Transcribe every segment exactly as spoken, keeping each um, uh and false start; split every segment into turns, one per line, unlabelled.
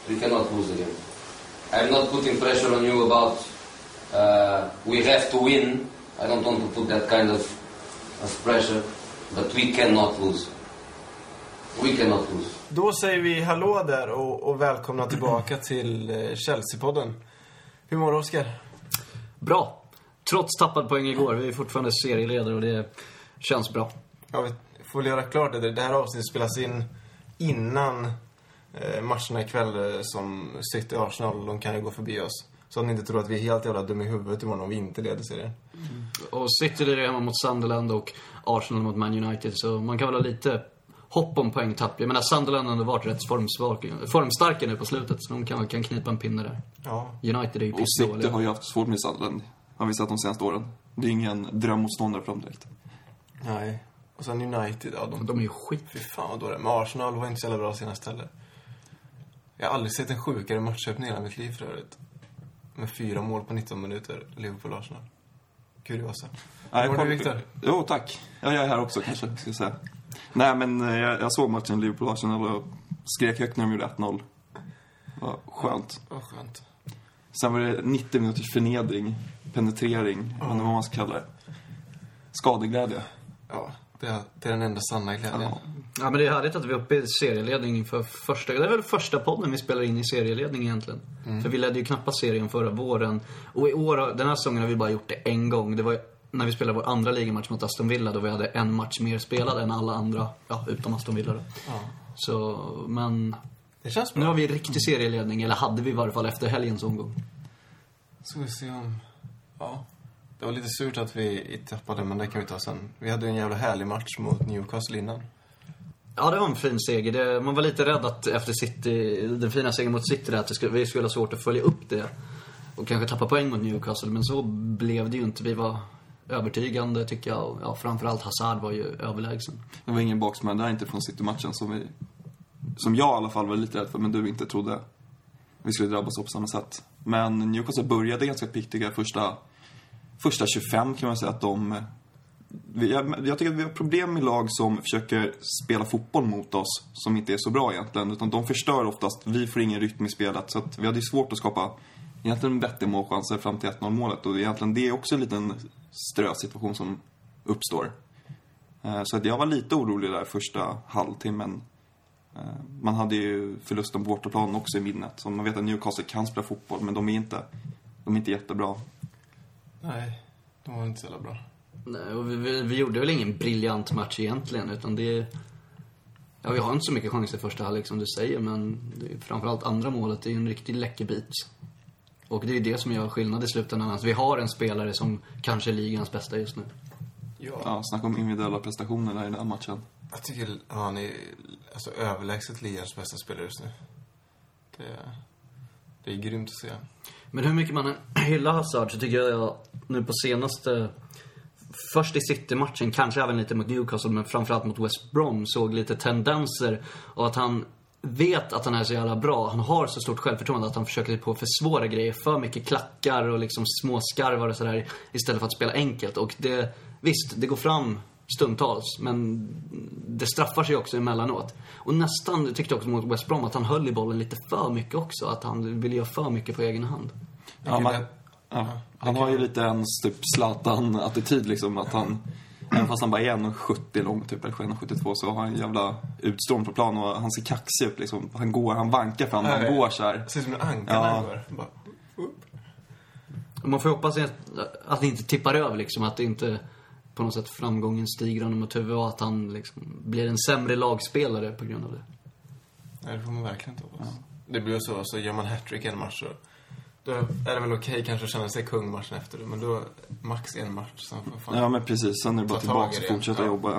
We cannot lose again. I'm not putting pressure on you about uh, we have to win. I don't want to put that kind of, of pressure, but we cannot lose. We cannot lose.
Då säger vi hallå där och, och välkomna tillbaka till Chelsea-podden. Hur mår du, Oskar?
Bra. Trots tappad poäng igår. Vi är fortfarande serieledare och det känns bra.
Ja, vi får väl göra klart det. Det här avsnittet spelas in innan eh, matcherna ikväll som City Arsenal. De kan ju gå förbi oss. Så att ni inte tror att vi är helt jävla dumma i huvudet imorgon om vi inte leder serien.
Mm. Och City är hemma mot Sunderland och Arsenal mot Man United. Så man kan väl ha lite hopp om poängtapp. Jag menar, Sunderland har varit rätt formstarka nu på slutet. Så de kan, kan knipa en pinne där.
Ja.
United är ju
och City har ju haft svårt med Sunderland. Har vi sett de senaste åren. Det är ingen drömmotståndare för dem direkt.
Nej. Och sen United, ja, de,
de är ju skit.
Fy fan vad dåliga. Men Arsenal var inte så jävla bra senast heller. Jag har aldrig sett en sjukare matchöppning i hela mitt liv förut. Med fyra mål på nitton minuter. Liverpool-Arsenal. Kuriosa.
Nej,
var du, Victor?
Jo, tack. Ja, jag är här också kanske, ska jag säga. Nej, men jag, jag såg matchen Liverpool-Arsenal och skrek högt när de gjorde ett noll. Vad skönt.
Vad skönt.
Sen var det nittio minuters förnedring, penetrering, mm. vad man ska kalla det. Skadeglädje.
Ja, det är, det är den enda sanna glädjen.
Ja. ja, men det är härligt att vi är uppe i serieledning för första... Det är väl första podden vi spelar in i serieledning egentligen. Mm. För vi ledde ju knappast serien förra våren. Och i år, den här säsongen har vi bara gjort det en gång. Det var när vi spelade vår andra ligamatch mot Aston Villa, då vi hade en match mer spelad än alla andra, ja, utom Aston Villa då. Ja. Så, men...
Det känns bra.
Nu har vi riktig serieledning, eller hade vi i varje fall efter helgens omgång.
Så vi ser om... Ja, det var lite surt att vi tappade, men det kan vi ta sen. Vi hade en jävla härlig match mot Newcastle innan.
Ja, det var en fin seger. Det, man var lite rädd att efter City, den fina segern mot City där, att det skulle, vi skulle ha svårt att följa upp det. Och kanske tappa poäng mot Newcastle, men så blev det ju inte. Vi var övertygande, tycker jag. Och, ja, framförallt Hazard var ju överlägsen.
Det var ingen baksmäll där inte från City-matchen som vi... Som jag i alla fall var lite rädd för, men du inte trodde vi skulle drabbas på samma sätt. Men Newcastle började ganska piktiga första, första tjugofem, kan man säga att de... Jag, jag tycker att vi har problem med lag som försöker spela fotboll mot oss, som inte är så bra egentligen. Utan de förstör oftast, vi får ingen rytm i spelet. Så att vi hade svårt att skapa egentligen vettiga målchanser fram till ett noll-målet. Och egentligen det är också en liten strösituation som uppstår. Så att jag var lite orolig där första halvtimmen. Man hade ju förlusten på bortaplan också i minnet. Så man vet att Newcastle kan spela fotboll, men de är inte, de är inte jättebra.
Nej, de var inte så bra.
Nej, och vi, vi, vi gjorde väl ingen briljant match egentligen, utan det... Ja, vi har inte så mycket chanser i första halvlek som du säger, men det är framförallt andra målet, det är en riktig läckerbit. Och det är ju det som gör skillnad i slutändan. Alltså, vi har en spelare som kanske är ligans bästa just nu.
Ja, ja, snacka om individuella prestationer där i den här matchen.
Jag tycker ja, han är alltså, överlägset ligans bästa spelare just nu. Det, det är grymt att se.
Men hur mycket man hyllar Hazard, så tycker jag nu på senaste... Först i City-matchen, kanske även lite mot Newcastle, men framförallt mot West Brom, såg lite tendenser och att han vet att han är så jävla bra. Han har så stort självförtroende att han försöker på för svåra grejer, för mycket klackar och liksom små skarvar och sådär, istället för att spela enkelt. Och det, visst, det går fram stundtals, men det straffar sig också emellanåt. Och nästan, jag tyckte också mot West Brom att han höll i bollen lite för mycket också, att han ville göra för mycket på egen hand.
Ja, man, ja, han har ju lite en typ Zlatan-attityd liksom, att han, även fast han bara är en komma sjuttio lång typ, eller en komma sjuttiotvå, så har han en jävla utstrålning på plan och han ser kaxig ut liksom. Han går, han vankar fram, han
Nej,
går så här.
Det ser ut som en anka när han går. Bara,
man får hoppas att, att det inte tippar över liksom, att det inte på något sätt framgången stiger honom mot huvudet och att han liksom blir en sämre lagspelare på grund av det.
Nej, det får man verkligen inte hoppas. Ja. Det blir så, så gör man hattrick en match så då är det väl okej okay, kanske att känna sig kung matchen efter det, men då max en match sen får fan.
Ja, men precis, sen är det bara tillbaka och fortsätta ja. jobba.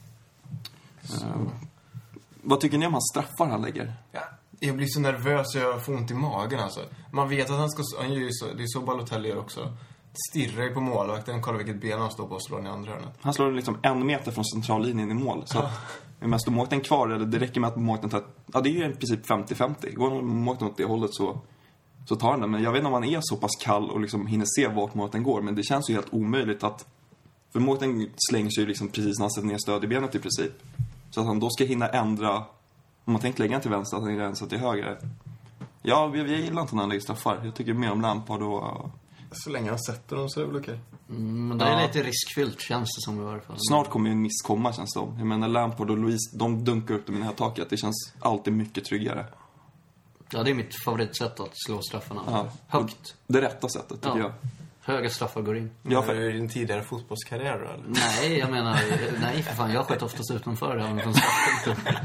Uh, vad tycker ni om hans straffar han lägger?
Ja, jag blir så nervös så jag får ont i magen alltså. Man vet att han ska, han gör ju så, det är så Balotelli gör också. Stirrar ju på målvakten, kollar vilket ben han står på och slår den i andra hörnet.
Han slår liksom en meter från centrallinjen i mål. Så att, men står målvakten kvar, eller det räcker med att målvakten tar... Ja, det är ju i princip femtio femtio. Går målvakten åt det hållet så, så tar han den. Men jag vet inte om han är så pass kall och liksom hinner se vart målvakten går. Men det känns ju helt omöjligt att... För målvakten slänger sig ju liksom precis när han sätter ner stöd i benet i princip. Så att han då ska hinna ändra... Om man tänker lägga den till vänster, att han hinner ändra till höger. Ja, jag, jag gillar inte när han lägger straffar. Jag tycker mer om Lampard och...
Så länge han sätter dem så är det väl okej.
Mm, men det är
Ja.
lite riskfyllt, känns det som i varje fall.
Snart kommer ju en miss komma, känns det som. Jag menar, Lampard och Louise, de dunkar upp dem i det här taket. Det känns alltid mycket tryggare.
Ja, det är mitt favoritsätt att slå straffarna.
Ja.
Högt.
Det rätta sättet, tycker
Ja.
jag.
Höga straffar går in.
Ja,
Ja,
för
för-
är det din tidigare fotbollskarriär då, eller?
Nej, jag menar, nej för fan, jag sköt oftast utanför det här från straffpunkten.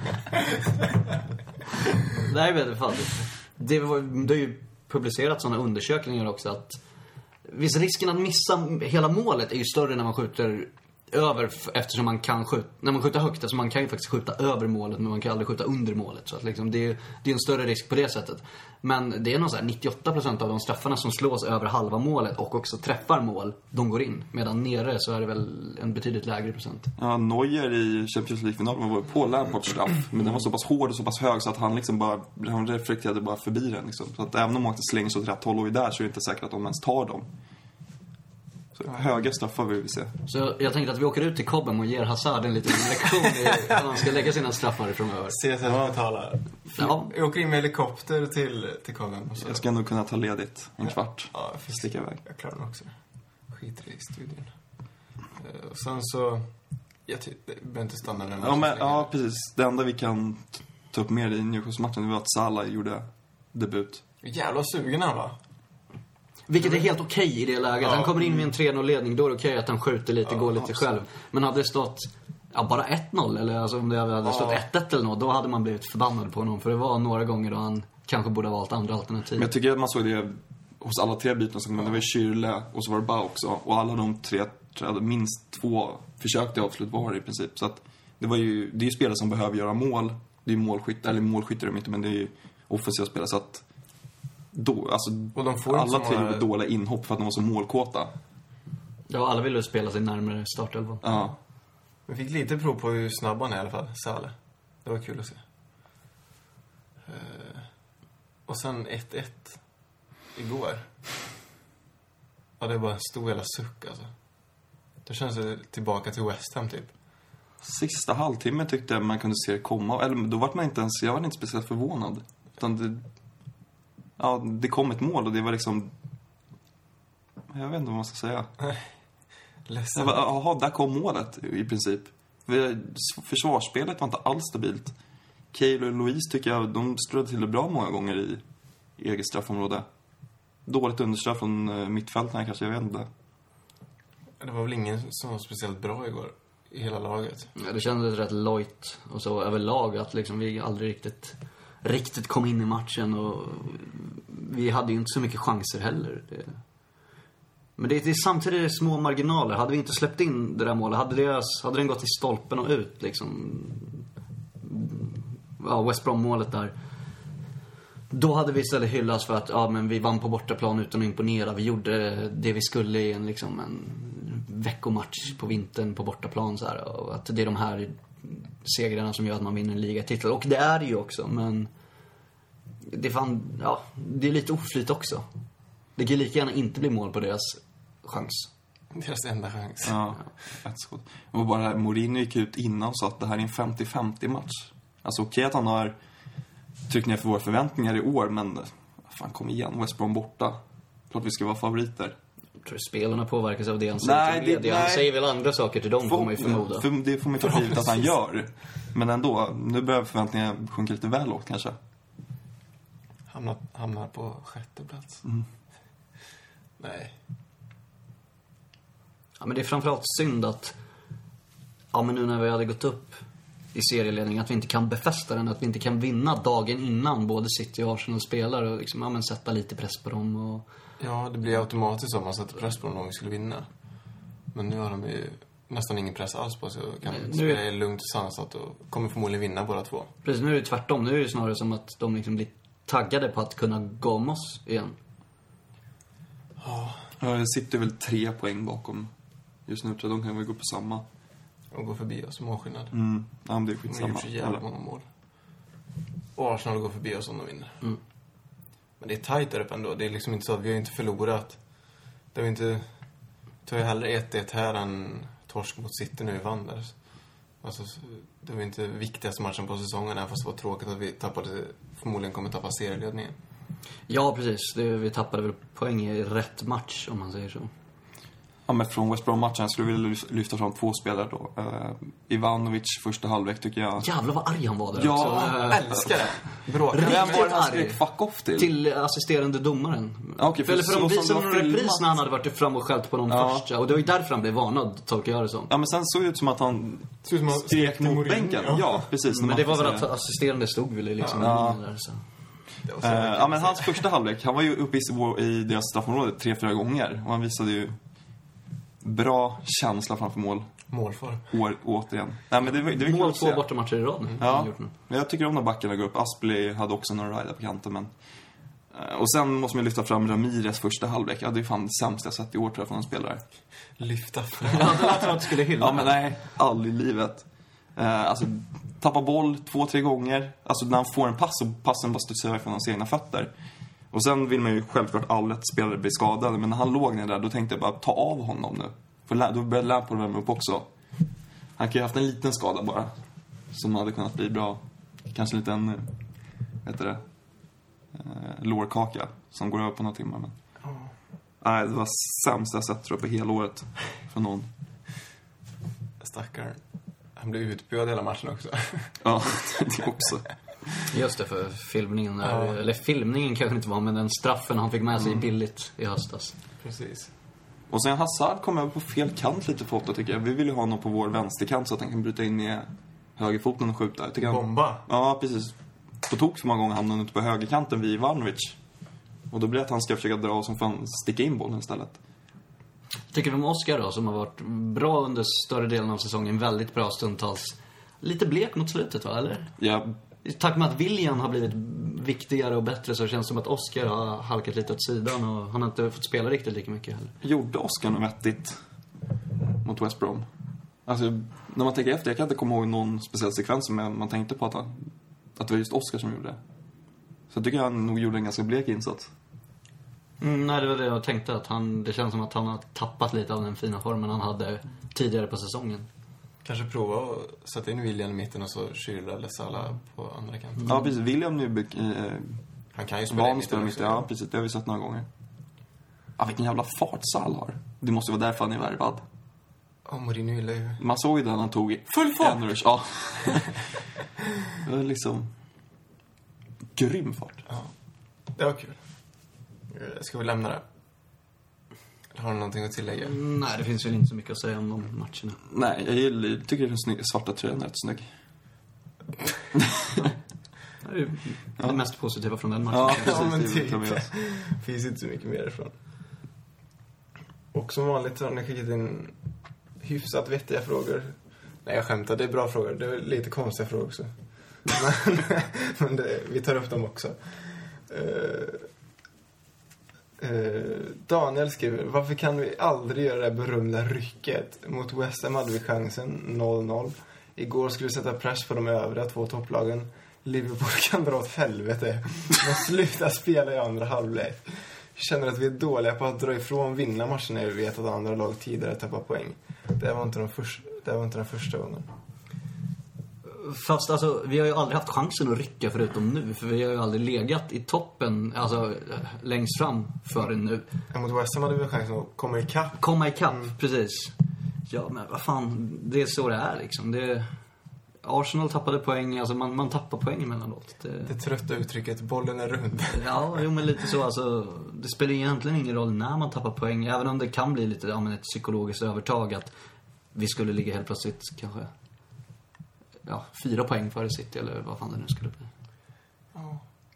Nej, men fan. Det, var, det är ju publicerat sådana undersökningar också att visst, risken att missa hela målet är ju större när man skjuter över, eftersom man kan skjuta, när man skjuter högt, alltså man kan ju faktiskt skjuta över målet, men man kan aldrig skjuta under målet, så att liksom det är det är en större risk på det sättet. Men det är nog så här nittioåtta procent av de straffarna som slås över halva målet och också träffar mål, de går in, medan nere så är det väl en betydligt lägre procent.
Ja, Neuer i Champions League-finalen var på Lampards straff, men den var så pass hård och så pass hög så att han liksom bara, han reflekterade bara förbi den liksom. Så att även om de åkte slänger så åt rätt håll och är där, så är det inte säkert att de ens tar dem. Så höga straffar vill vi se.
Så jag tänkte att vi åker ut till Cobham och ger Hazard en liten lektion i hur han ska lägga sina straffar framöver.
C S S betalar.
Ja.
Jag åker in med helikopter till, till Cobham.
Jag ska nog kunna ta ledigt en kvart.
Ja, jag
Sticka iväg.
Jag klarar mig också. Skiter i studion. Eh, Och sen så... Jag ty- jag behöver inte stanna den.
Ja, men, ja, precis. Det enda vi kan t- ta upp mer i Newcastle-matchen var att Salah gjorde debut.
Jävla sugen han, va?
Vilket är helt okej i det läget.
Ja.
Han kommer in med en tre noll-ledning, då är det okej att han skjuter lite,
Ja,
går lite
absolut.
själv. Men hade det stått ja, bara ett noll, eller alltså, om det hade
Ja.
stått ett ett eller något, då hade man blivit förbannad på honom. För det var några gånger då han kanske borde ha valt andra alternativ.
Men jag tycker att man såg det hos alla tre byten som kom. Det var Schürrle och så var det Bau också. Och alla de tre, tre minst två försökte avslut var i princip. Så att det var ju, det är ju spelare som behöver göra mål. Det är ju målskyttar, eller målskyttar är de inte, men det är ju offensiva spelare. Så att då, alltså,
Och de får
alla
inte så
tre
många-
gjorde dåliga inhopp för att de var så målkåta.
Ja, alla ville spela sig närmare startelvan.
Ja.
Vi fick lite prov på hur snabb han är i alla fall, Salah. Det var kul att se. Eh, Och sen ett ett igår. Ja, det är bara en stor jävla suck, alltså. Då känns det tillbaka till West Ham, typ.
Sista halvtimmen tyckte jag man kunde se det komma. Eller då var man inte ens, jag var inte speciellt förvånad. Utan det, ja, det kom ett mål och det var liksom, jag vet inte vad man ska säga.
Ledsen.
Jag bara, jaha, där kom målet i princip. Försvarsspelet var inte alls stabilt. Cale och Louise tycker jag, de strödde till det bra många gånger i eget straffområde. Dåligt understraff från uh, mittfältarna kanske, jag vet inte.
Det var väl ingen som var speciellt bra igår i hela laget.
Ja, det kändes rätt lojt och så överlag att liksom vi aldrig riktigt riktigt kom in i matchen och vi hade ju inte så mycket chanser heller. Det... Men det är samtidigt små marginaler. Hade vi inte släppt in det där målet, hade, det, hade den gått i stolpen och ut liksom, ja, West Brom-målet där, då hade vi istället hyllats för att ja, men vi vann på bortaplan utan att imponera. Vi gjorde det vi skulle i en, liksom, en veckomatch på vintern på bortaplan så här, och att det är de här segrarna som gör att man vinner en ligatitel. Och det är det ju också, men det, fan, ja, det är lite oflyt också. Det kan lika gärna inte bli mål på deras chans.
Deras enda chans.
Ja, ett skott. Och bara Mourinho gick ut innan och sa att det här är en femtio femtio match. Alltså okej att han har tryckt ner för våra förväntningar i år, men fan, kom igen, West Brom borta. Klart vi ska vara favoriter.
Jag tror spelarna påverkas av det han säger
Nej,
till
det-
media.
nej.
Han säger väl andra saker till dem, får man ju förmoda.
För, det får man ju ta för givet att han gör. Men ändå, nu börjar förväntningarna sjunka lite väl lågt kanske.
Hamnar, hamnar på sjätte plats.
Mm.
Nej.
Ja, men det är framförallt synd att ja, men nu när vi hade gått upp i serieledning, att vi inte kan befästa den, att vi inte kan vinna dagen innan både City och Arsenal spelar och liksom, ja, men sätta lite press på dem och...
Ja, det blir automatiskt om man sätter press på dem om vi skulle vinna. Men nu har de ju nästan ingen press alls på sig och kan
Nej, nu-
spela lugnt och sansat och kommer förmodligen vinna båda två.
Precis, nu är det tvärtom. Nu är det snarare som att de liksom blir taggade på att kunna gå om oss igen.
Ja, jag sitter väl tre poäng bakom just nu, tror jag. De kan väl gå på samma.
Och gå förbi oss, målskillnad.
Mm. Ja, men det är
De har
skitsamma.
gjort så jävla många mål. Och Arsenal går förbi oss om de vinner.
Mm.
Men det är tajt där uppe ändå. Det är liksom inte så att vi har inte förlorat. Det har vi inte... Det var ju hellre ett ett här än torsk mot City nu i vann där. Alltså, det var inte viktigaste matchen på säsongen, även fast det var tråkigt att vi tappade, förmodligen kommer tappa serieledningen.
Ja, precis. Det, vi tappade väl poäng i rätt match, om man säger så.
Ja, men från West Brom-matchen skulle vi vilja lyfta fram två spelare då. Uh, Ivanovic första halvlek tycker jag.
Jävlar vad arg han var där
Ja,
också.
Jag älskar det. Bråk.
Riktigt
Vem var det han
arg.
skrek fuck off till?
Till assisterande domaren.
Ja, okej, för
Eller för
så
de
som
visade
det var
någon repris
filmat.
när han hade varit fram och skällt på någon
Ja.
första. Och det var ju därför han blev varnad, tolkar jag det som.
Ja, men sen såg det ut som att han
Ser ut som han
skrek
till
mot
Mourinho.
bänken.
Ja.
Ja, precis.
Men det var väl
att
att assisterande stod väl liksom
Ja.
där, så.
Det var så
Uh,
jävla
ja, men
kul.
hans första halvlek, han var ju uppe i, i deras straffområde tre, fyra gånger. Och han visade ju bra känsla framför mål.
Målfar.
År, återigen. Nej, men det, var- det var kul
Mål
att
två
se.
bortamatcher i rad.
Ja,
han gjort nu.
men jag tycker om när backarna går upp. Aspley hade också några rider på kanten, men... eh, Och sen måste man lyfta fram Ramirez första halvlek. Ja, det är fan det sämsta jag sett i år, tror jag, från en spelare.
Lyfta fram.
Ja, det lät som att du skulle hylla.
Ja, men nej, aldrig i livet. Eh, alltså, tappa boll två, tre gånger. Alltså, när han får en pass och passen bara studsar iväg från hans egna fötter. Och sen vill man ju självklart alla spelare bli skadade. Men när han låg ner där, då tänkte jag bara, ta av honom nu. För lä- då började Lampard värma upp också. Han kan ju ha haft en liten skada bara. Som hade kunnat bli bra. Kanske en liten, eh, vad heter det? Eh, lårkaka. Som går över på några timmar. Men... Nej, det var sämst jag sett, tror jag, på hela året. För någon.
Stackare. Han blev utbuad hela matchen också.
Ja, det också.
Just det, för filmningen där.
Ja.
Eller filmningen kanske inte var, men den straffen han fick med sig
Mm.
billigt i höstas.
Precis.
Och sen Hazard kom över på fel kant lite för ofta, tycker jag. Vi vill ju ha honom på vår vänsterkant så att han kan bryta in med högerfoten och skjuta. Jag tycker han...
Bomba.
Ja, precis. På tok för många gånger hamnade han ute på högerkanten vid Ivanovic. Och då blir det att han ska försöka dra som fan sticka in bollen istället.
Tycker du om Oscar då, som har varit bra under större delen av säsongen, väldigt bra stundtals. Lite blek mot slutet, va, eller?
Ja,
I takt med att William har blivit viktigare och bättre så känns det som att Oscar har halkat lite åt sidan och han har inte fått spela riktigt lika mycket heller.
gjorde Oscar något vettigt mot West Brom? Alltså, när man tänker efter, jag kan inte komma ihåg någon speciell sekvens som man tänkte på att, han, att det var just Oscar som gjorde det. Så jag tycker han nog gjorde en ganska blek insats.
Mm, nej, det var det jag tänkte, att han, det känns som att han har tappat lite av den fina formen han hade tidigare på säsongen.
Kanske prova att sätta in William i mitten och så Schürrle eller Salah på andra kanten.
Ja, precis. William nu eh,
Han kan ju spela
van
i
att spela
mitten
mitt.
också.
Ja, precis. Det har vi sett några gånger. Ja, vilken jävla fart Salah har. Det måste vara därför han är värvad.
Ja, Mourinho gillar ju...
Man såg ju den han tog i
Full fart!
Enrich. Ja. Det var liksom grym fart.
Ja, det var kul. Eh, Ska vi lämna det? Eller har du någonting att tillägga?
Mm, nej, det finns väl inte så mycket att säga om de matcherna.
Nej, jag gillar, tycker den snygg, svarta tröjan är rätt snygg.
Det är ju det mest positiva från den matchen.
Ja,
Ja, men
precis. Det
typ.
tar vi oss.
Finns inte så mycket mer ifrån. Och som vanligt så har ni skickat in hyfsat vettiga frågor. Nej, jag skämtar. Det är bra frågor. Det är lite konstiga frågor också. Men, men det, vi tar upp dem också. Uh, uh, Daniel skriver: varför kan vi aldrig göra det berömda rycket? Mot West Ham hade vi chansen, noll noll. Igår skulle vi sätta press på de övriga två topplagen. Liverpool kan dra åt helvete. Men sluta spela i andra halvlek. Känner att vi är dåliga på att dra ifrån vinna matcherna när vi vet att andra lag tidigare tappar poäng. Det var inte den, för, det var inte den första gången.
Fast alltså, vi har ju aldrig haft chansen att rycka förutom nu. För vi har ju aldrig legat i toppen, alltså längst fram förrän nu.
Ja, mot West Ham hade vi chansen att komma ikapp.
Komma ikapp, mm. precis. Ja, men vad fan, det är så det är liksom. Det, Arsenal tappade poäng, alltså man, man tappar poäng emellanåt. Det,
Det trötta uttrycket, bollen är rund.
ja, jo, men lite så, alltså. Det spelar egentligen ingen roll när man tappar poäng. Även om det kan bli lite, ja, men ett psykologiskt övertag att vi skulle ligga helt plötsligt kanske, ja, fyra poäng före City eller vad fan det nu skulle bli.
Ja,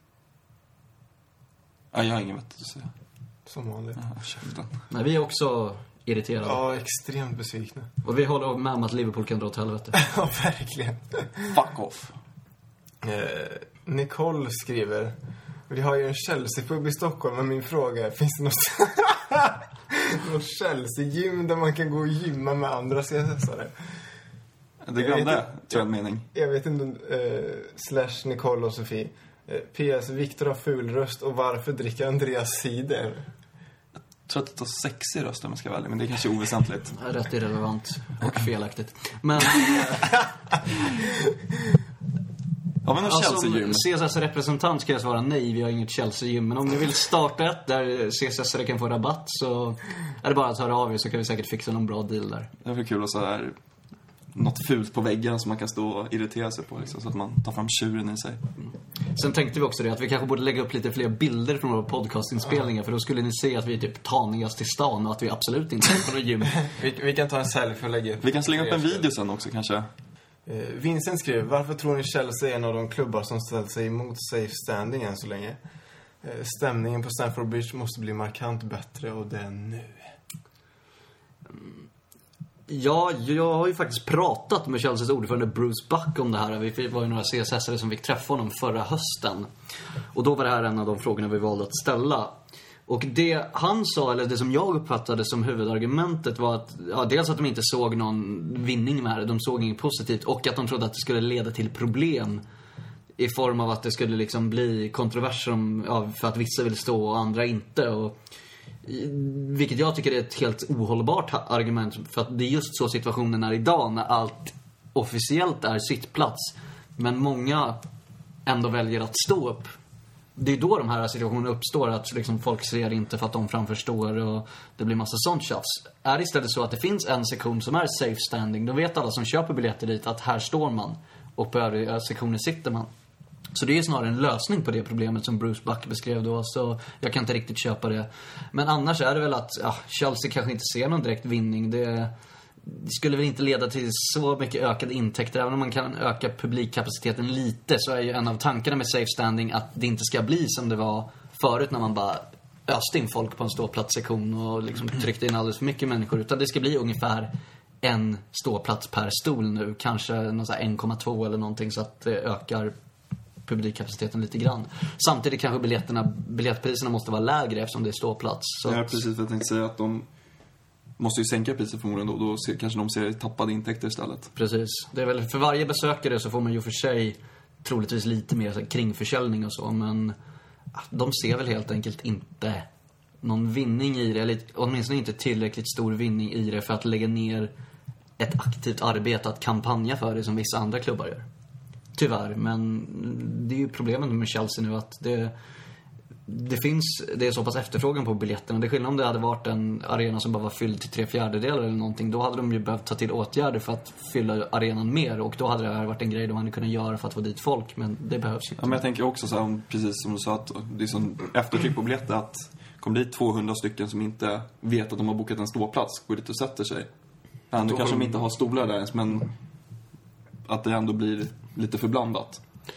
Ja, jag har inget vettigt att säga.
som vanligt.
Ja, käften.
Nej, vi är också irriterade.
Ja, extremt besvikna.
Och vi håller med om att Liverpool kan dra åt helvete.
Ja, verkligen.
Fuck off.
Eh, Nicole skriver: vi har ju en Chelsea-pub i Stockholm, men min fråga är, finns det något, något Chelsea-gym där man kan gå och gymma med andra C S S-are?
Det glömde, tror jag, en mening.
Jag vet inte, eh, slash Nicole och Sofie. Eh, P S. Viktor har ful röst, och varför dricker Andreas cider?
Jag tror att det tar sexig röst om jag ska välja, men det är kanske oväsentligt.
Rätt irrelevant och felaktigt. Men
Har vi någon
Alltså,
Chelsea-gym?
C S S-representant ska jag svara nej, vi har inget Chelsea-gym. Men om ni vill starta ett där C S S kan få rabatt, så är det bara att höra av er, så kan vi säkert fixa någon bra deal där.
Det är väl kul att så här något fult på väggen som man kan stå och irritera sig på liksom, så att man tar fram tjuren i sig.
Mm. Sen tänkte vi också det att vi kanske borde lägga upp lite fler bilder från våra podcastinspelningar, för då skulle ni se att vi är typ tanigast i stan och att vi absolut inte är på något gym.
vi, vi kan ta en selfie och lägga upp.
Vi kan slänga upp en video sen också kanske.
Eh, Vincent skriver, varför tror ni Chelsea är en av de klubbar som ställt sig emot safe standing än så länge? Eh, stämningen på Stamford Bridge måste bli markant bättre, och det är nu.
Ja, jag har ju faktiskt pratat med Chelseas ordförande Bruce Buck om det här. Vi var ju några C S S-are som fick träffa honom förra hösten. Och då var det här en av de frågorna vi valde att ställa. Och det han sa, eller det som jag uppfattade som huvudargumentet, var att ja, dels att de inte såg någon vinning med det. De såg inget positivt. Och att de trodde att det skulle leda till problem i form av att det skulle liksom bli kontroverser om, ja, för att vissa vill stå och andra inte. Och vilket jag tycker är ett helt ohållbart argument, för att det är just så situationen är idag, när allt officiellt är sittplats men många ändå väljer att stå upp. Det är då de här situationerna uppstår, att liksom folk ser inte för att de framförstår och det blir massa sånt tjafs. Är det istället så att det finns en sektion som är safe standing, då vet alla som köper biljetter dit att här står man, och på övriga sektioner sitter man. Så det är snarare en lösning på det problemet som Bruce Buck beskrev då. Så jag kan inte riktigt köpa det. Men annars är det väl att ja, Chelsea kanske inte ser någon direkt vinning. Det, det skulle väl inte leda till så mycket ökade intäkter. Även om man kan öka publikkapaciteten lite, så är ju en av tankarna med safe standing att det inte ska bli som det var förut, när man bara öste in folk på en ståplatssektion och liksom tryckte in alldeles för mycket människor. Utan det ska bli ungefär en ståplats per stol nu. Kanske någon så här en komma två eller någonting, så att det ökar publikkapaciteten lite grann. Samtidigt kanske biljetterna, biljettpriserna måste vara lägre eftersom det är ståplats. Så
ja, precis. Jag tänkte säga att de måste ju sänka priset förmodligen då. Då ser, kanske de ser tappade intäkter istället.
Precis. Det är väl, för varje besökare så får man ju för sig troligtvis lite mer så här, kringförsäljning och så. Men de ser väl helt enkelt inte någon vinning i det. Eller åtminstone inte tillräckligt stor vinning i det för att lägga ner ett aktivt arbete att kampanja för det som vissa andra klubbar gör. Tyvärr, men det är ju problemet med Chelsea nu, att det, det finns, det är så pass efterfrågan på biljetterna. Det är skillnad om det hade varit en arena som bara var fylld till tre fjärdedelar eller någonting. Då hade de ju behövt ta till åtgärder för att fylla arenan mer, och då hade det här varit en grej de hade kunnat göra för att få dit folk, men det behövs inte.
Ja, men jag tänker också så här, precis som du sa, att det är sån eftertryck på biljetter, att kommer dit tvåhundra stycken som inte vet att de har bokat en ståplats, går dit och sätter sig. Ja, nu kanske de inte har stolar där ens, men att det ändå blir lite förblandat.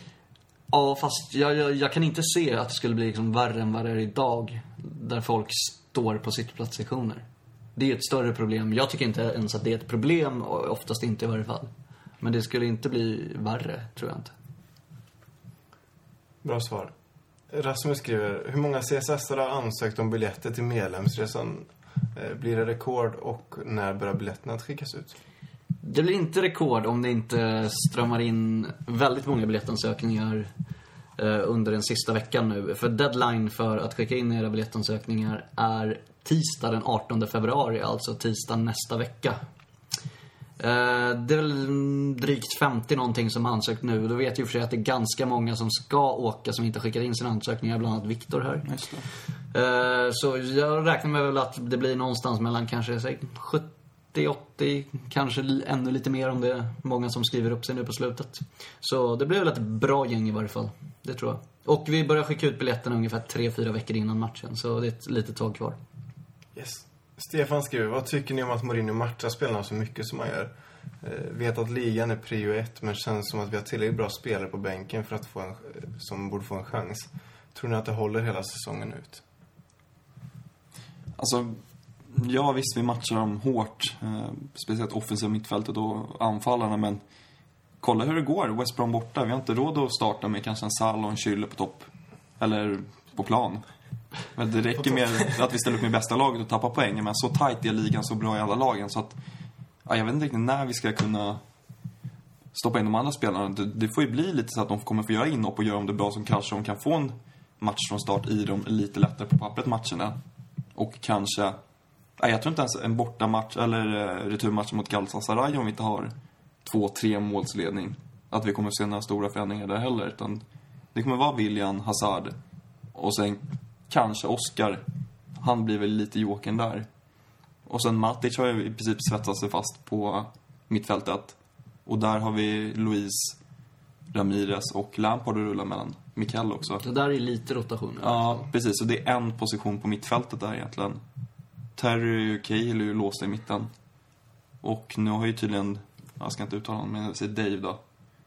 Ja, fast jag, jag, jag kan inte se att det skulle bli liksom värre än vad det är idag, där folk står på sittplatssektioner. Det är ett större problem. Jag tycker inte ens att det är ett problem, och oftast inte i varje fall. Men det skulle inte bli värre, tror jag inte.
Bra svar. Rasmus skriver, hur många C S S har ansökt om biljetter till medlemsresan? Blir det rekord, och när börjar biljetterna att skickas ut?
Det blir inte rekord om det inte strömmar in väldigt många biljettansökningar eh, under den sista veckan nu. För deadline för att skicka in era biljettansökningar är tisdag den artonde februari, alltså tisdag nästa vecka. Eh, det är väl drygt femtio någonting som har ansökt nu. Då vet ju för sig att det är ganska många som ska åka som inte skickar in sina ansökningar, bland annat Viktor här.
Just det.
Eh, så jag räknar med väl att det blir någonstans mellan kanske säg, sjuttio åttio, kanske ännu lite mer om det är många som skriver upp sig nu på slutet. Så det blir väl ett bra gäng i varje fall, det tror jag. Och vi börjar skicka ut biljetterna ungefär tre fyra veckor innan matchen, så det är ett litet tag kvar.
Yes. Stefan skriver, vad tycker ni om att Mourinho matchar spelarna så mycket som man gör? Eh, vet att ligan är prio ett, men känns som att vi har tillräckligt bra spelare på bänken för att få en, som borde få en chans. Tror ni att det håller hela säsongen ut?
Alltså, ja visst, vi matchar dem hårt. Eh, speciellt offensiva mittfältet och anfallarna, men kolla hur det går. West Brom borta. Vi har inte råd att starta med kanske en Salah och en Schürrle på topp. Eller på plan. Men det räcker med att vi ställer upp med bästa laget och tappar poäng. Men så tajt är ligan, så bra i alla lagen. Så att, ja, jag vet inte riktigt när vi ska kunna stoppa in de andra spelarna. Det, det får ju bli lite så att de kommer få göra inhopp och göra om det bra, som kanske de kan få en match från start i dem lite lättare på pappret matcherna. Och kanske, nej, jag tror inte ens en bortamatch eller returmatch mot Galatasaray om vi inte har två, tre målsledning. att vi kommer att se några stora förändringar där heller. Utan det kommer vara William, Hazard och sen kanske Oscar. Han blir väl lite jokern där. Och sen Matic har ju i princip svettat sig fast på mittfältet. Och där har vi Luis, Ramirez och Lampard att rulla mellan. Mikael också.
Det där är lite rotation.
Ja, precis. Och det är en position på mittfältet där egentligen. Terry och Cahill är ju låsta i mitten. Och nu har ju tydligen, jag ska inte uttala honom, men jag säger Dave då,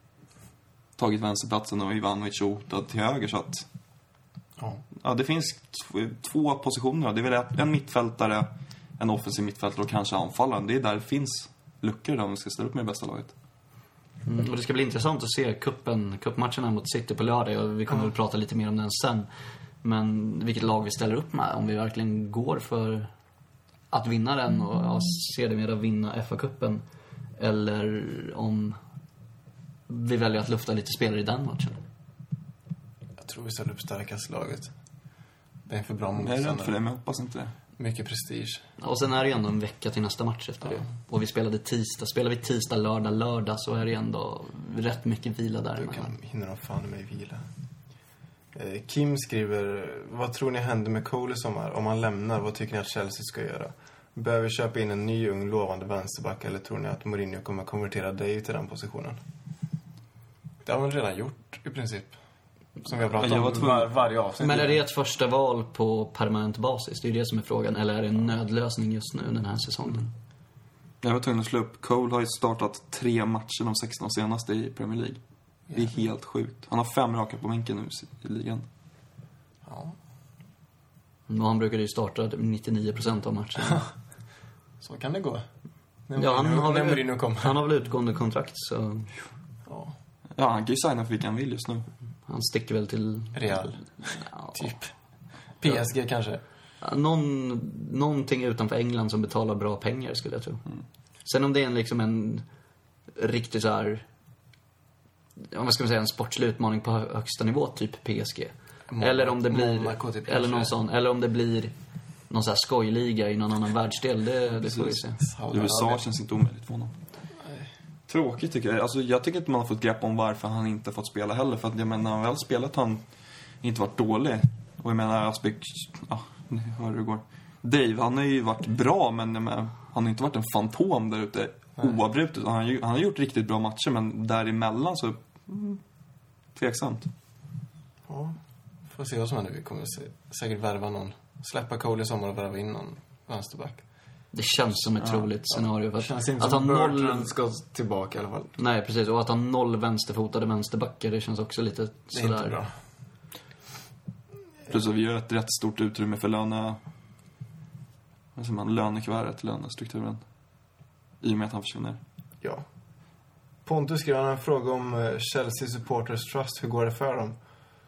tagit vänsterplatsen och Ivanovic hotad till höger. Så att
Ja.
ja, det finns t- två positioner. Det är väl en mittfältare, en offensiv mittfältare och kanske anfallaren. Det är där det finns luckor där om vi ska ställa upp med det bästa laget.
Mm, och det ska bli intressant att se kuppen, kuppmatcherna mot City på lördag. Och vi kommer väl prata lite mer om den sen. Men vilket lag vi ställer upp med. Om vi verkligen går för att vinna den och ja, se det med att vinna F A-kuppen. Eller om vi väljer att lufta lite spelare i den matchen.
Jag tror vi ställer upp starkaste laget. Det är för bra
Jag är rädd för det,
motståndare.
men jag hoppas inte det.
Mycket prestige.
Och sen är det ändå en vecka till nästa match efter det. Och vi spelade tisdag. Spelar vi tisdag, lördag, lördag så är det ändå rätt mycket vila där.
Du kan hinna de fan med vila. Eh, Kim skriver: vad tror ni händer med Cole i sommar? Om han lämnar, vad tycker ni att Chelsea ska göra? Behöver vi köpa in en ny ung lovande vänsterback, eller tror ni att Mourinho kommer konvertera Dave till den positionen? Det har man redan gjort i princip. Som vi har pratat
Ja, jag
om
var tvungen-
var, varje avsnitt.
Men är det ett första val på permanent basis? Det är ju det som är frågan. Eller är det en nödlösning just nu den här säsongen?
Jag var tvungen att slå upp. Cole har ju startat tre matcher de sexton senaste i Premier League. Det är helt sjukt. Han har fem raka på vinkeln nu i ligan.
Ja,
Och han brukade ju starta nittionio procent av matcherna.
så kan det gå. När
Ja, han
Mourinho-
har
när
väl-
Mourinho kommer.
Han har väl utgående kontrakt så
Ja,
Ja, han kan ju signa för vilka han vill just nu.
han sticker väl till...
Real,
Ja,
typ. P S G kanske.
någon, någonting utanför England som betalar bra pengar skulle jag tro. Sen om det är en, liksom en riktigt så här, ja, vad ska man säga, en sportslig utmaning på hö- högsta nivå, typ P S G.
Monaco-
Eller om det blir
Monaco typ,
eller någon
kanske.
sån, eller om det blir någon så här skojliga i någon annan världsdel, det, det får vi se.
Saudiarabien.
U S A känns inte omöjligt för honom. Tråkigt tycker jag. Alltså, jag tycker inte man har fått grepp om varför han inte fått spela heller. För att jag menar, när han väl spelat har han inte varit dålig. Och jag menar, Aspek, ja, nu hör hur det går. Dave, han har ju varit bra, men jag menar, han har inte varit en fantom där ute oavbrutet. Han har, ju, han har gjort riktigt bra matcher, men däremellan så mm, tveksamt.
Ja, får se vad som händer. Vi kommer se, säkert värva någon. Släppa Cole i sommar och värva in någon vänsterback.
Det känns som ett troligt scenario. För
Det
att,
känns inte
att
som
ha
att
noll...
Bertrand ska tillbaka i alla fall.
Nej, precis. Och att ha noll vänsterfotade vänsterbackar, det känns också lite
Det är inte
sådär.
bra.
Plus att vi gör ett rätt stort utrymme för löne... Vad säger man? Lönekuvertet, lönestrukturen. I och med att han försvinner.
Ja. Pontus skrev en fråga om eh, Chelsea Supporters Trust. Hur går det för dem?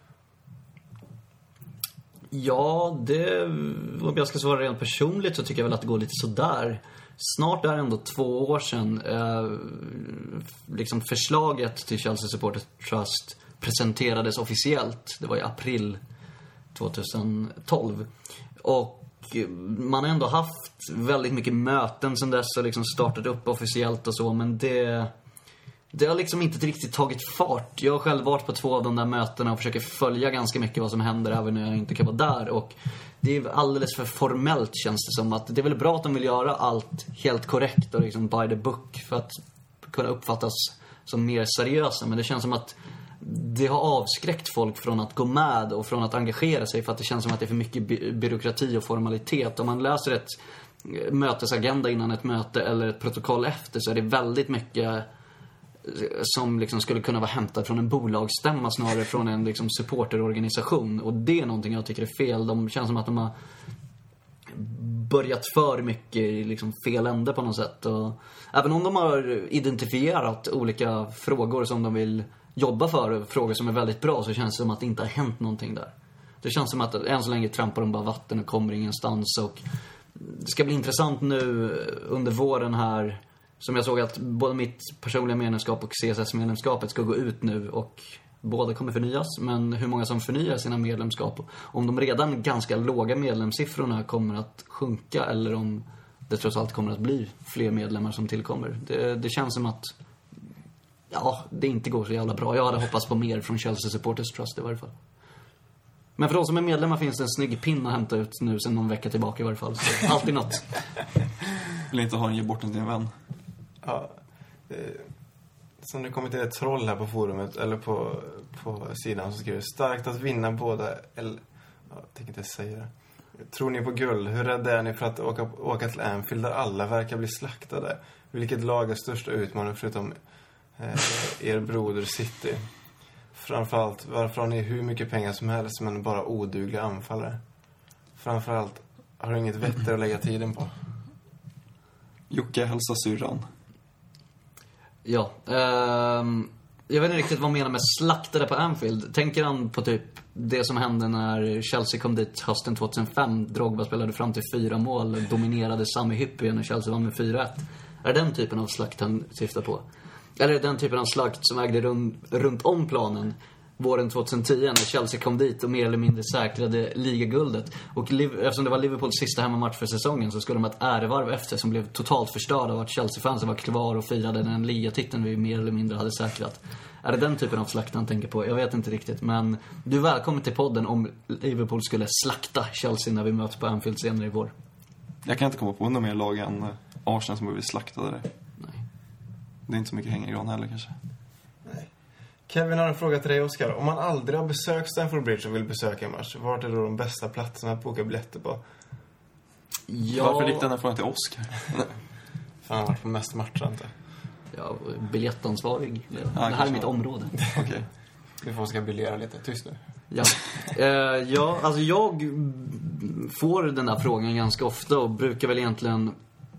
Ja, det, om jag ska svara rent personligt så tycker jag väl att det går lite sådär. Snart är det ändå två år sedan eh, liksom förslaget till Chelsea Supporters Trust presenterades officiellt. Det var i april tjugotolv. Och man har ändå haft väldigt mycket möten sedan dess och liksom startat upp officiellt och så, men det... Det har liksom inte riktigt tagit fart. Jag har själv varit på två av de där mötena och försöker följa ganska mycket vad som händer även när jag inte kan vara där. Och det är alldeles för formellt, känns det som. Att det är väl bra att de vill göra allt helt korrekt och liksom by the book för att kunna uppfattas som mer seriösa. Men det känns som att det har avskräckt folk från att gå med och från att engagera sig, för att det känns som att det är för mycket by- byråkrati och formalitet. Om man läser ett mötesagenda innan ett möte eller ett protokoll efter, så är det väldigt mycket som liksom skulle kunna vara hämtat från en bolagsstämma snarare från en liksom supporterorganisation. Och det är någonting jag tycker är fel. De känns som att de har börjat för mycket i liksom fel ände på något sätt. Och även om de har identifierat olika frågor som de vill jobba för, frågor som är väldigt bra, så känns det som att det inte har hänt någonting där. Det känns som att än så länge trampar de bara vatten och kommer ingenstans. Och det ska bli intressant nu under våren här, som jag såg att både mitt personliga medlemskap och C S S-medlemskapet ska gå ut nu, och båda kommer förnyas. Men hur många som förnyar sina medlemskap, om de redan ganska låga medlemssiffrorna kommer att sjunka, eller om det trots allt kommer att bli fler medlemmar som tillkommer. Det, det känns som att ja, det inte går så jävla bra. Jag hade hoppats på mer från Chelsea Supporters Trust i varje fall. Men för de som är medlemmar finns det en snygg pin att hämta ut nu sen någon vecka tillbaka i varje fall. Så alltid något.
Vill inte ha den, ge bort den till en vän.
Ja, eh, som det kommer till ett troll här på forumet, eller på, på sidan, så skriver det: starkt att vinna båda, eller, ja, jag tänker inte säga det. Tror ni på guld? Hur rädda är ni för att åka, åka till Anfield där alla verkar bli slaktade? Vilket lag är största utmaning förutom eh, er broder City? Framförallt, varför har ni hur mycket pengar som helst men bara odugliga anfallare? Framförallt, har du inget vettigt att lägga tiden på?
Jocke, hälsa syrran.
Ja, ehm, jag vet inte riktigt vad han menar med slaktade på Anfield. Tänker han på typ det som hände när Chelsea kom dit hösten tjugohundrafem? Drogba spelade fram till fyra mål, dominerade Sami Hyppie när Chelsea vann med fyra ett. Är det den typen av slakt han syftar på? Eller är det den typen av slakt som ägde runt, runt om planen våren tjugohundratio när Chelsea kom dit och mer eller mindre säkrade ligaguldet? Och eftersom det var Liverpools sista hemmamatch för säsongen så skulle de ha ett ärevarv efter som blev totalt förstörd av att Chelsea-fansen var kvar och firade den ligatiteln vi mer eller mindre hade säkrat. Är det den typen av slakt han tänker på? Jag vet inte riktigt, men du är välkommen till podden om Liverpool skulle slakta Chelsea när vi möts på Anfield senare i vår.
Jag kan inte komma på någon mer lag än Arsenal som blivit slaktade där.
Nej.
Det är inte så mycket hängigran heller kanske.
Nej. Kevin har en fråga till dig, Oskar. Om man aldrig har besökt Stamford Bridge och vill besöka en match, vart är då de bästa platserna att boka biljetter på?
Ja.
Varför gick den här frågan till Oskar?
Fan, han har varit på mest matcher, inte?
Ja, biljettansvarig. Det,
Ja,
det här är mitt område.
Okej. Okay.
Vi får ska biljera lite. Tyst nu.
Ja. Eh, ja, alltså jag får den där frågan ganska ofta och brukar väl egentligen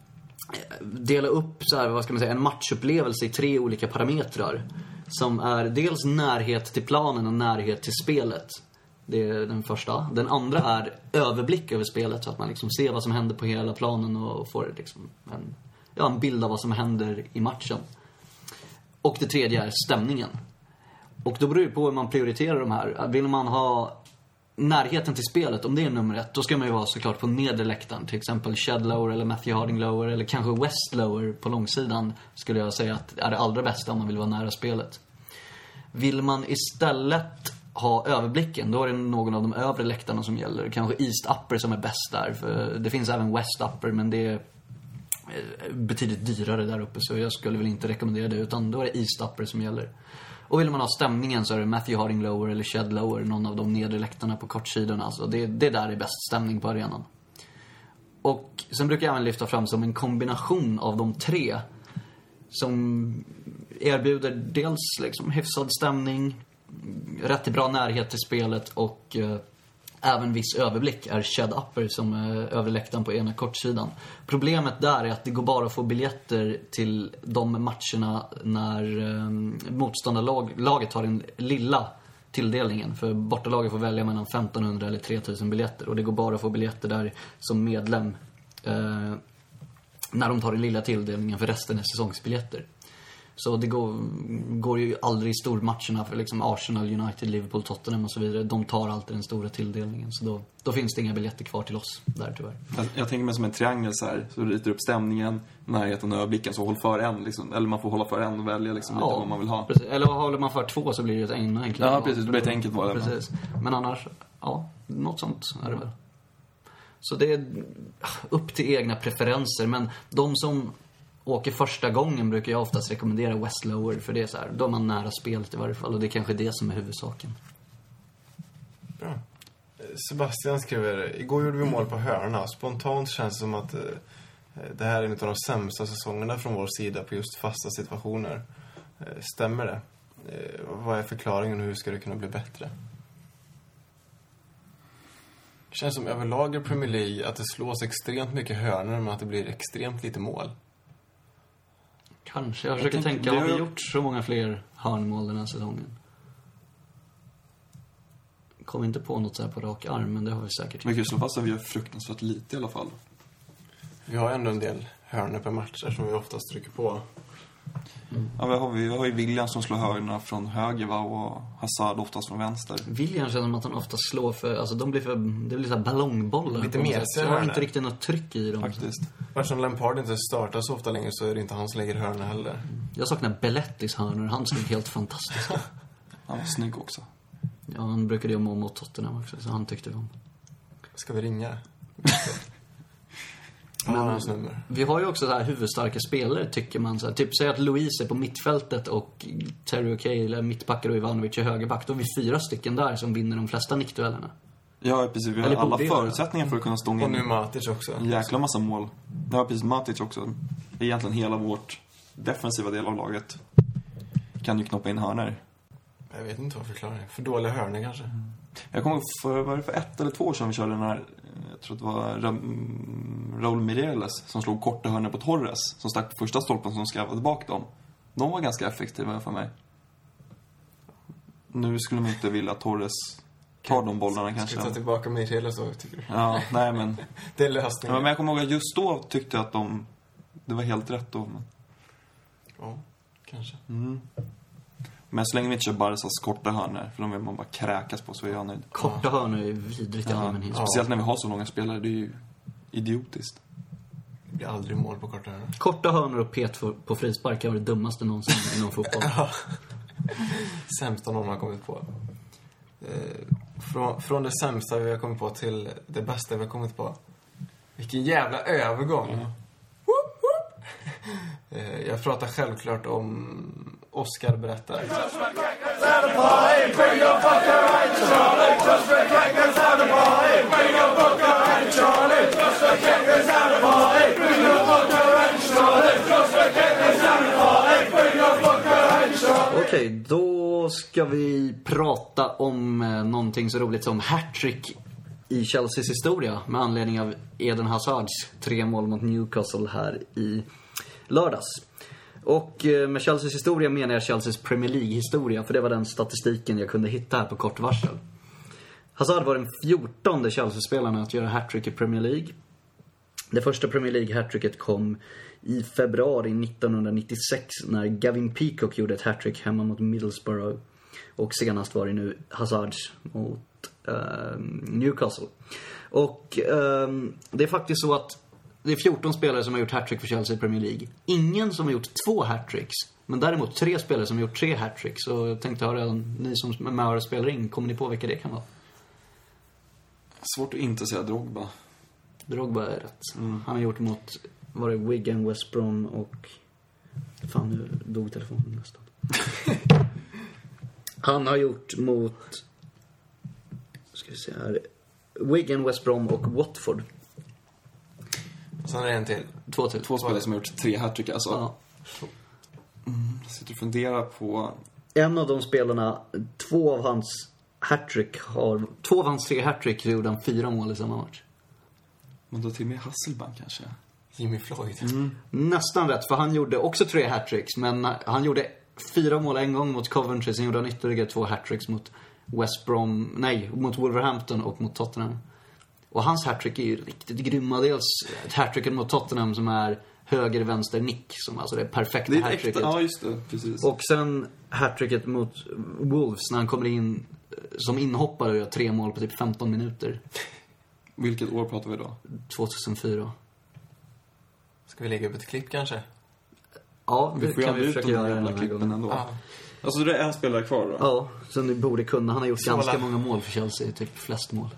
dela upp så här, vad ska man säga, en matchupplevelse i tre olika parametrar. Som är dels närhet till planen och närhet till spelet. Det är den första. Den andra är överblick över spelet så att man liksom ser vad som händer på hela planen och får liksom en, ja, en bild av vad som händer i matchen. Och det tredje är stämningen. Och då beror det på hur man prioriterar de här. Vill man ha närheten till spelet, om det är nummer ett, då ska man ju vara såklart på nederläktaren. Till exempel Shed Lower eller Matthew Harding Lower eller kanske West Lower på långsidan skulle jag säga att är det allra bästa om man vill vara nära spelet. Vill man istället ha överblicken, då är det någon av de övre läktarna som gäller. Kanske East Upper som är bäst där. För det finns även West Upper, men det är betydligt dyrare där uppe, så jag skulle väl inte rekommendera det, utan då är det East Upper som gäller. Och vill man ha stämningen så är det Matthew Harding Lower eller Shed Lower, någon av de nedre läktarna på kortsidorna. Alltså det, det där är bäst stämning på arenan. Och sen brukar jag även lyfta fram som en kombination av de tre som erbjuder dels liksom hyfsad stämning, rätt till bra närhet till spelet och eh, även viss överblick är Shed Upper som är över läktaren på ena kortsidan. Problemet där är att det går bara att få biljetter till de matcherna när eh, motståndarlaget har den lilla tilldelningen. För bortalaget får välja mellan femtonhundra eller tre tusen biljetter. Och det går bara att få biljetter där som medlem eh, när de tar den lilla tilldelningen, för resten är säsongsbiljetter. Så det går, går ju aldrig i stormatcherna för liksom Arsenal, United, Liverpool, Tottenham och så vidare. De tar alltid den stora tilldelningen. Så då, då finns det inga biljetter kvar till oss där tyvärr.
Jag, jag tänker mig som en triangel så här. Så du ritar upp stämningen, närheten och överblicken. Så håll för en liksom. Eller man får hålla för en och välja liksom lite vad man vill ha.
Precis. Eller håller man för två så blir det ett ännu enklare.
Ja, precis. Det blir ett enkelt val.
Precis. Men annars, ja, något sånt är det väl. Så det är upp till egna preferenser. Men de som åker första gången brukar jag oftast rekommendera West Lower. För det är så här, då är man nära spelet i varje fall. Och det är kanske det som är huvudsaken.
Bra. Sebastian skriver: igår gjorde vi mål på hörna. Spontant känns det som att eh, det här är en av de sämsta säsongerna från vår sida på just fasta situationer. Eh, stämmer det? Eh, vad är förklaringen och hur ska det kunna bli bättre? Det känns som överlag i Premier League att det slås extremt mycket hörnor men att det blir extremt lite mål.
Kanske. Jag försöker
jag tänker,
tänka, har vi
har...
gjort så många fler hörnmål den här säsongen? Kommer inte på något så här på rak arm, men det har vi säkert.
Men just så fast att vi gör fruktansvärt lite i alla fall.
Vi har ändå en del hörnor per matcher som vi oftast trycker på.
Mm.
Ja, vi har, vi har ju William som slår hörnorna från höger, va? Och Hazard oftast från vänster.
William känner som att han ofta slår för... Alltså de blir för... Det blir så här ballongbollar.
Lite mer
så jag har inte riktigt något tryck i dem.
Faktiskt.
Eftersom Lampard inte startar så ofta längre så är det inte han som lägger hörna heller.
Jag saknar Bellettis hörnor. Han stod helt fantastisk.
Han var snygg också.
Ja, han brukade ju må mot Tottenham också, så han tyckte vi om.
Ska vi ringa?
Men
ja, hans nummer.
Vi har ju också så här huvudstarka spelare, tycker man. Så här, typ, säg att Louise är på mittfältet och Terry O'Kay eller mittbackar och Ivanovic är högerback. Då har vi fyra stycken där som vinner de flesta nickduellerna.
Ja, precis. Vi har
Eller
alla
borde
förutsättningar för att kunna stånga
Och
in
nu Matic också.
en jäkla massa mål. Ja, precis. Matic också. Egentligen hela vårt defensiva del av laget kan ju knoppa in hörnor.
Jag vet inte vad förklaringen. För dåliga hörnor kanske.
Mm. Jag kommer ihåg för, var det för ett eller två år sedan vi körde den här, jag tror det var Ra Raul Mireles som slog korta hörnor på Torres, som stack på första stolpen som skravade bak dem. De var ganska effektiva för mig. Nu skulle man inte vilja att Torres tar de bollarna kanske.
Ska vi ta tillbaka Mireles då, tycker du?
Ja, nej men...
Det är lösningen.
Ja, men jag kommer ihåg att just då tyckte jag att de... Det var helt rätt då. Men...
Ja, kanske.
Mm. Men så länge vi inte kör Barsas korta hörnor, för de vill man bara kräkas på, så är jag nöjd.
Korta hörnor är vidrigt i
Ja,
allmänhet.
speciellt när vi har så långa spelare, det är ju idiotiskt.
Det blir aldrig mål på korta hörnor.
Korta hörnor och pet på frispark är det dummaste någonsin inom fotboll.
Ja. Sämsta någon har kommit på. Eh, från, från det sämsta vi har kommit på till det bästa vi har kommit på. Vilken jävla övergång.
Mm.
Woop, woop. eh, jag pratar självklart om Oscar berättar.
Okej, då ska vi prata om eh, någonting så roligt som hattrick i Chelseas historia med anledning av Eden Hazards tre mål mot Newcastle här i lördags. Och eh, med Chelseas historia menar jag Chelseas Premier League-historia, för det var den statistiken jag kunde hitta här på kort varsel. Hazard var den fjortonde Chelsea-spelaren att göra hattrick i Premier League. Det första Premier League-hattricket kom i februari nittonhundranittiosex när Gavin Peacock gjorde ett hattrick hemma mot Middlesbrough. Och senast var det nu Hazards mot eh, Newcastle. Och eh, det är faktiskt så att det är fjorton spelare som har gjort hattrick för Chelsea i Premier League. Ingen som har gjort två hattricks, men däremot tre spelare som har gjort tre hattricks. Så jag tänkte höra, ni som är med och spelar in, kommer ni på vilka det kan vara?
Svårt att inte säga Drogba.
Drogba är rätt.
Mm.
Han har gjort mot, var det Wigan, West Brom och... Fan, nu dog telefonen nästan. Han har gjort mot... Ska vi se här. Wigan, West Brom och Watford.
Sen är det en till.
Två till.
Två spelare som har gjort tre hattrick, alltså.
Ja.
Mm, jag sitter och funderar på...
En av de spelarna, två av hans hattrick har... Två av hans tre hattrick gjorde han fyra mål i samma match.
Men då till med Hasselbank kanske.
Jimmy Floyd.
Mm.
Nästan rätt, för han gjorde också tre hattricks. Men han gjorde fyra mål en gång mot Coventry. Sen gjorde han ytterligare två hattricks mot West Brom. Nej, mot Wolverhampton och mot Tottenham. Och hans hattrick är ju riktigt grymma. Dels hattricken mot Tottenham som är höger-vänster nick. Som alltså det är perfekta
Det är
hattricket.
äkta, ja just det, precis.
Och sen hattricket mot Wolves när han kommer in som inhoppare och gör tre mål på typ femton minuter.
Vilket år pratar vi då?
tjugohundrafyra.
Ska vi lägga upp ett klipp kanske?
Ja,
Vi
det
får ju
kan vi
aldrig ut
försöka
de
göra
där
den
jävla
här
klippen
gången.
ändå.
Ja.
Alltså det är en spelare kvar då?
Ja, så ni borde kunna. Han har gjort
Sola.
ganska många mål för Chelsea, typ flest mål.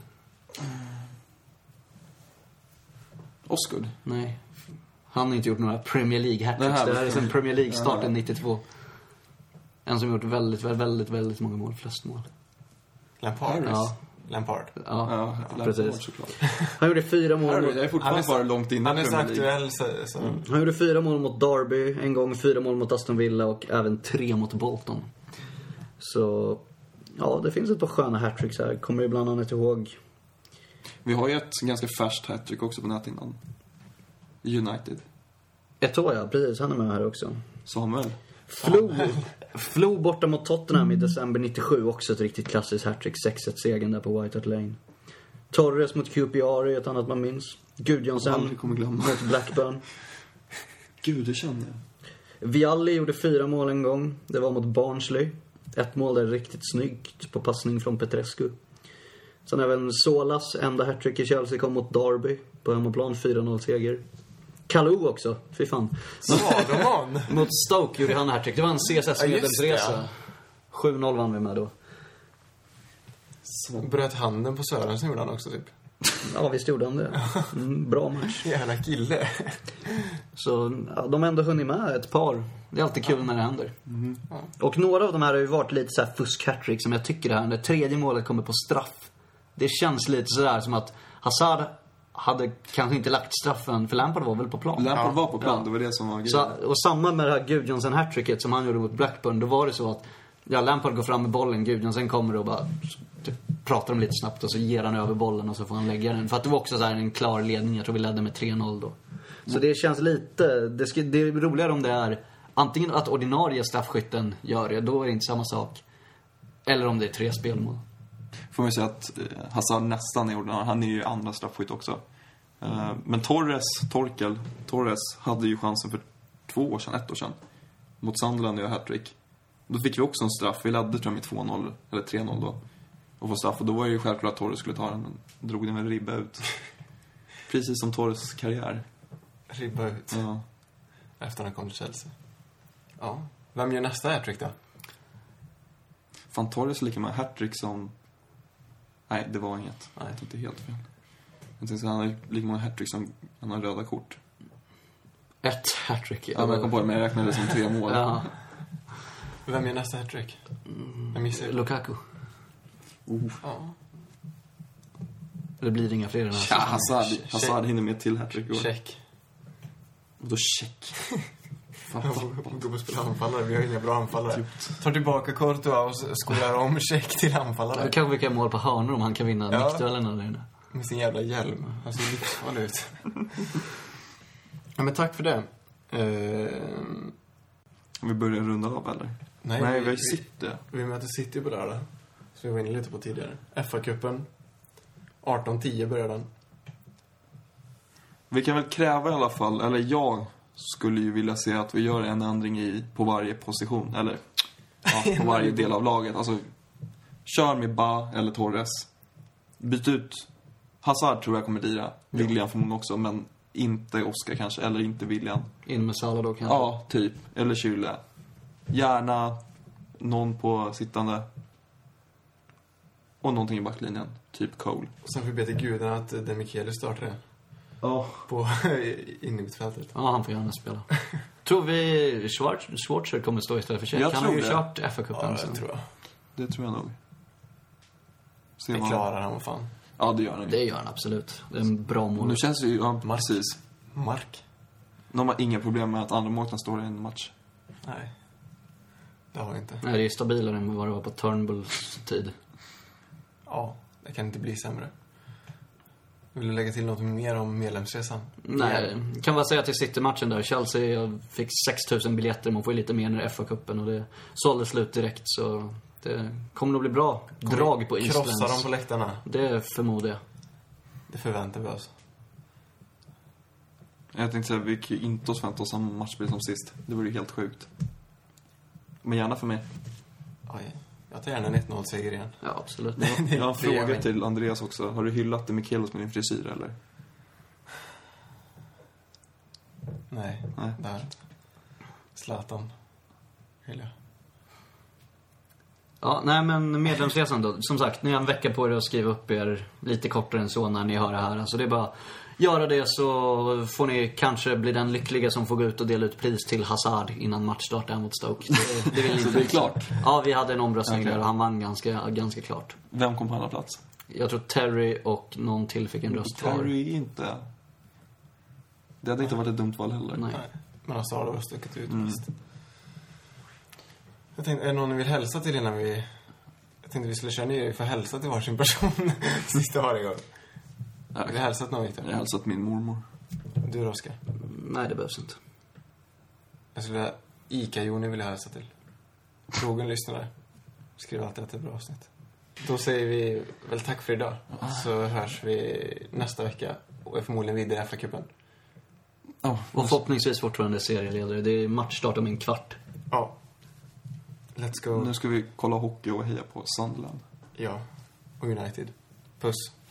Oscar?
Nej. Han har inte gjort några Premier League hattricks.
Det här-
Det här är sen Premier League-starten
Ja.
nittiotvå. En som gjort väldigt, väldigt, väldigt, väldigt många mål, flest mål.
Lampard?
Ja.
Lampard.
Ja,
Ja,
ja
precis.
precis.
Såklart.
Han gjorde fyra mål
Jag
mot,
är fortfarande
Han är så-
kvar långt innan
Han är så
Premier League.
aktuell så... så.
Mm. Han gjorde fyra mål mot Derby en gång, fyra mål mot Aston Villa och även tre mot Bolton. Så, ja, det finns ett par sköna hattricks här. Kommer ju bland annat ihåg...
Vi har ju ett ganska färskt hattrick också på nätinnan. United.
Ett år, ja, precis. Han är med här också.
Samuel.
Flo, Flo borta mot Tottenham i december nittiosju. Också ett riktigt klassiskt hattrick. sex ett-segern där på White Hart Lane. Torres mot Q P R är ett annat man minns. Gudjonsen
Aldrig kommer glömma.
mot Blackburn.
Gud, det känner jag.
Vialli gjorde fyra mål en gång. Det var mot Barnsley. Ett mål där riktigt snyggt på passning från Petrescu. Sen även Solas enda hattrick i Chelsea kom mot Derby på hemmaplan, fyra noll-seger. Kalou också, fy fan.
Svadomon.
Mot Stoke gjorde han hattrick. Det var en C S S-medlemsresa.
Ja,
sju noll vann vi med då.
Bröt handen på Sören som gjorde han också typ.
Ja, visst gjorde han det. Mm, bra match.
Jävla kille.
Så ja, de har ändå hunnit med ett par. Det är alltid kul ja. när det händer.
Mm.
Ja. Och några av de här har ju varit lite så här fusk-hattrick som jag tycker det här. Det tredje målet kommer på straff. Det känns lite sådär som att Hazard hade kanske inte lagt straffen, för Lampard var väl på plan.
Lampard
ja.
var på plan,
ja.
det var det som var grejen.
Så, och samma med det här Gudjonsen-hattricket som han gjorde mot Blackburn. Då var det så att ja, Lampard går fram med bollen, Gudjonsen kommer och bara typ, pratar de lite snabbt och så ger han över bollen och så får han lägga den. För att det var också så här en klar ledning, jag tror vi ledde med tre noll då. Så det känns lite, det, ska, det är roligare om det är antingen att ordinarie straffskytten gör det, då är det inte samma sak. Eller om det är tre spelmål.
Får man säga att Hazard nästan är ordinarie, han är ju andra straffskytt också. Men Torres, Torkel, Torres hade ju chansen för två år sedan, ett år sedan. Mot Sunderland och hattrick. Då fick vi också en straff, vi ledde tror jag med två noll, eller tre noll då. Och få straff, och då var det ju självklart att Torres skulle ta den, men drog den med ribba ut. Precis som Torres karriär.
Ribba ut.
Ja.
Efter han kom till Chelsea. Ja. Vem gör nästa hattrick då?
Fan, Torres lika med hattrick som... Nej, det var inget.
Nej,
det är inte helt fel. Jag tänkte att han har lika många hattrick som han har röda kort.
Ett hattrick.
Ja, men jag kom på det, men jag räknade det som tre mål.
Ja.
Vem gör nästa hattrick? Jag missar.
Lukaku.
Uh.
Ja.
Det blir inga fler den här.
Ja, Hazard, Hazard hinner med till hattrick.
Check.
Och då check.
Gå på spela anfallare, vi har inga bra anfallare. Tar tillbaka Courtois och skolar om check till anfallare.
Då kanske vi kan mål på hörnor om han kan vinna
ja.
nickduellerna där inne.
Med sin jävla hjälm. Han ser livsfarlig ut. Ja, men tack för det. Uh...
Vi börjar runda av, eller?
Nej,
Nej
vi,
vi sitter.
Vi, vi möter City på lördag. Så vi var inne lite på tidigare. F A-cupen. arton tio börjar den.
Vi kan väl kräva i alla fall, eller jag skulle ju vilja se att vi gör en ändring i på varje position, eller ja, på varje del av laget. Alltså, kör med Ba eller Torres. Byt ut Hazard tror jag kommer lira. William förmodligen också, men inte Oscar kanske, eller inte William.
In med Salah då kanske.
Ja, typ. Eller Kyle. Gärna någon på sittande. Och någonting i backlinjen. Typ Cole.
Och sen får vi be till gudarna att Demicheli startar det.
Ja.
På in i mittfältet.
Ja, han får gärna spela. Tror vi Schwarz, Schwarzer kommer stå istället för Check?
Jag
Han
tror
har ju
det.
kört F A-cupen.
Ja,
sen.
det tror jag.
Det tror jag nog. Se
Det
vad-
klarar han, vad fan.
Ja, det gör han.
Det gör han absolut. Det är en bra mål.
Nu känns det ju, ja, precis.
Mark?
De har inga problem med att andra målvakten står i en match.
Nej. Det har vi inte.
Nej, det är stabilare än vad det var på Turnbulls tid.
Ja, det kan inte bli sämre. Vill du lägga till något mer om medlemsresan?
Nej, kan bara säga till City-matchen där. Chelsea fick sex tusen biljetter. Man får ju lite mer än F A-cupen. Och det sålde slut direkt. Så det kommer nog bli bra drag på Islands.
Krossa dem på läktarna.
Det förmodar jag.
Det förväntar vi oss.
Jag tänkte säga, vi kan ju inte oss förvänta oss samma matchbild som sist. Det vore ju helt sjukt. Men gärna för mig.
Oj, jag tar gärna en ett noll-seger igen.
Ja, absolut.
Jag har en
Det gör
fråga
vi.
till Andreas också. Har du hyllat Michaelis med din frisyr, eller?
Nej,
Nej.
där. Zlatan. Hyllar.
Ja, nej men medlemsresan då. Som sagt, ni har en vecka på er att skriva upp er lite kortare än så när ni hör det här. Alltså det är bara göra det, så får ni kanske bli den lyckliga som får gå ut och dela ut pris till Hazard innan matchstart där mot Stoke. Det, det vill ni
Så det är klart.
Ja, vi hade en omröstning
Okej.
där och han vann ganska, ganska klart.
Vem kom på andra plats?
Jag tror Terry och någon till fick en röst kvar.
Terry inte. Det hade inte varit ett dumt val heller.
Nej.
Nej, men Hazard har stuckit ut
Mm.
mest. Jag tänkte, är det någon ni vill hälsa till innan vi... Jag tänkte vi skulle köra ner för hälsa till varsin person sista varje gång.
Ja,
Vill du hälsa till någon, Victor?
jag har hälsat min mormor.
Du då, Oskar?
Nej, det behövs inte.
Jag skulle vilja... Ica-Joni vill jag hälsa till. Frågan lyssnare. Skriv alltid att det är ett bra avsnitt. Då säger vi väl tack för idag. Så hörs vi nästa vecka. Och är förmodligen vidare i F A-cupen.
Oh,
Och förhoppningsvis fortfarande serieledare. Det är matchstart om en kvart.
Ja. Let's go.
Nu ska vi kolla hockey och heja på Sunderland.
Ja. Och United. Puss.